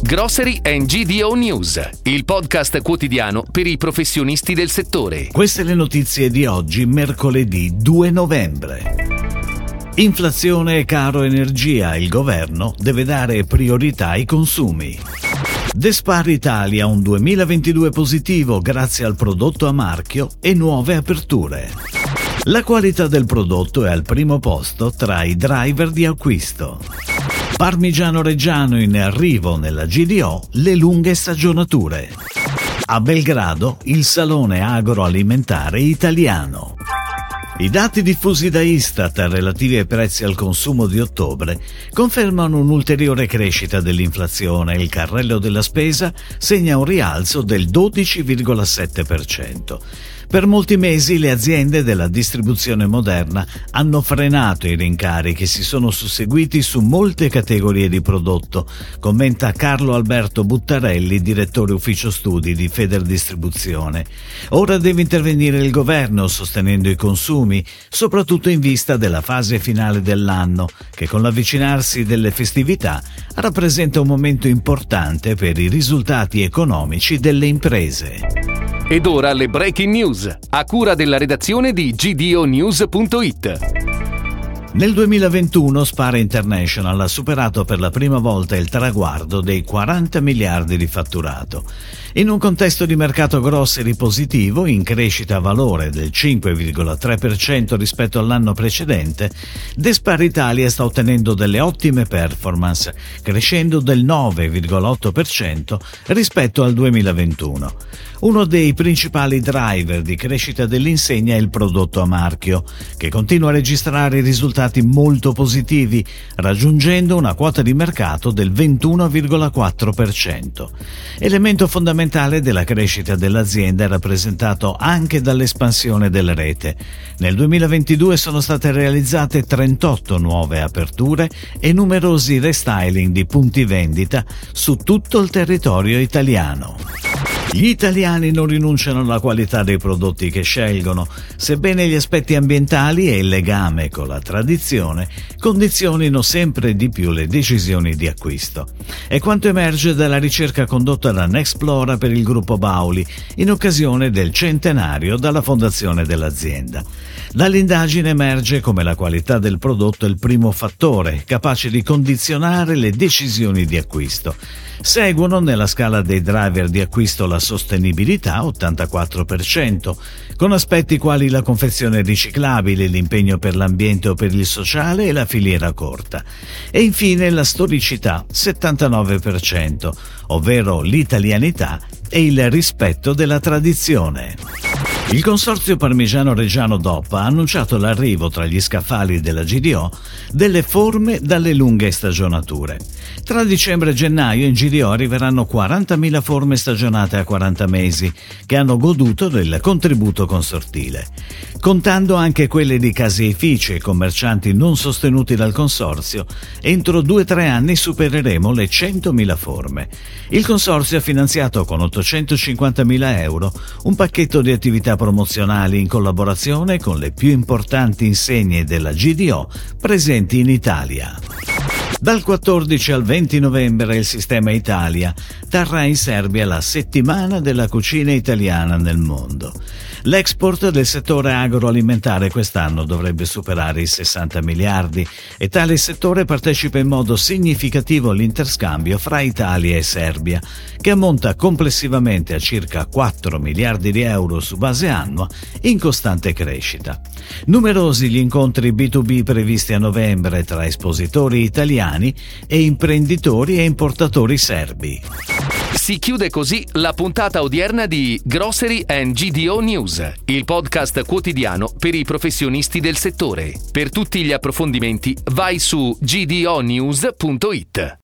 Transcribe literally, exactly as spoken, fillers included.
Grocery and G D O News, il podcast quotidiano per i professionisti del settore. Queste le notizie di oggi, mercoledì due novembre. Inflazione e caro energia, il governo deve dare priorità ai consumi. Despar Italia un duemilaventidue positivo grazie al prodotto a marchio e nuove aperture. La qualità del prodotto è al primo posto tra i driver di acquisto. Parmigiano Reggiano in arrivo nella G D O, le lunghe stagionature. A Belgrado il salone agroalimentare italiano. I dati diffusi da Istat relativi ai prezzi al consumo di ottobre confermano un'ulteriore crescita dell'inflazione e il carrello della spesa segna un rialzo del dodici virgola sette per cento. Per molti mesi le aziende della distribuzione moderna hanno frenato i rincari che si sono susseguiti su molte categorie di prodotto, commenta Carlo Alberto Buttarelli, direttore ufficio studi di Federdistribuzione. Ora deve intervenire il governo sostenendo i consumi, soprattutto in vista della fase finale dell'anno, che con l'avvicinarsi delle festività rappresenta un momento importante per i risultati economici delle imprese. Ed ora le breaking news, a cura della redazione di G D O News punto it. Nel duemilaventuno Spar International ha superato per la prima volta il traguardo dei quaranta miliardi di fatturato. In un contesto di mercato grocery positivo, in crescita a valore del cinque virgola tre per cento rispetto all'anno precedente, Despar Italia sta ottenendo delle ottime performance, crescendo del nove virgola otto per cento rispetto al duemilaventuno. Uno dei principali driver di crescita dell'insegna è il prodotto a marchio, che continua a registrare risultati molto positivi, raggiungendo una quota di mercato del ventuno virgola quattro per cento. Elemento fondamentale della crescita dell'azienda è rappresentato anche dall'espansione della rete. Nel duemilaventidue sono state realizzate trentotto nuove aperture e numerosi restyling di punti vendita su tutto il territorio italiano. Gli italiani non rinunciano alla qualità dei prodotti che scelgono, sebbene gli aspetti ambientali e il legame con la tradizione condizionino sempre di più le decisioni di acquisto. È quanto emerge dalla ricerca condotta da Nexplora per il gruppo Bauli in occasione del centenario dalla fondazione dell'azienda. Dall'indagine emerge come la qualità del prodotto è il primo fattore capace di condizionare le decisioni di acquisto. Seguono nella scala dei driver di acquisto la sostenibilità, ottantaquattro per cento, con aspetti quali la confezione riciclabile, l'impegno per l'ambiente o per il sociale e la filiera corta. E infine la storicità, settantanove per cento, ovvero l'italianità e il rispetto della tradizione. Il consorzio Parmigiano Reggiano D O P ha annunciato l'arrivo tra gli scaffali della G D O delle forme dalle lunghe stagionature. Tra dicembre e gennaio in G D O arriveranno quarantamila forme stagionate a quaranta mesi che hanno goduto del contributo consortile. Contando anche quelle di caseifici e commercianti non sostenuti dal consorzio, entro due o tre anni supereremo le centomila forme. Il consorzio ha finanziato con ottocentocinquantamila euro un pacchetto di attività promozionali in collaborazione con le più importanti insegne della G D O presenti in Italia. Dal quattordici al venti novembre il Sistema Italia terrà in Serbia la settimana della cucina italiana nel mondo. L'export del settore agroalimentare quest'anno dovrebbe superare i sessanta miliardi e tale settore partecipa in modo significativo all'interscambio fra Italia e Serbia, che ammonta complessivamente a circa quattro miliardi di euro su base annua in costante crescita. Numerosi gli incontri B due B previsti a novembre tra espositori italiani e imprenditori e importatori serbi. Si chiude così la puntata odierna di Grocery and G D O News, il podcast quotidiano per i professionisti del settore. Per tutti gli approfondimenti vai su G D O News punto it.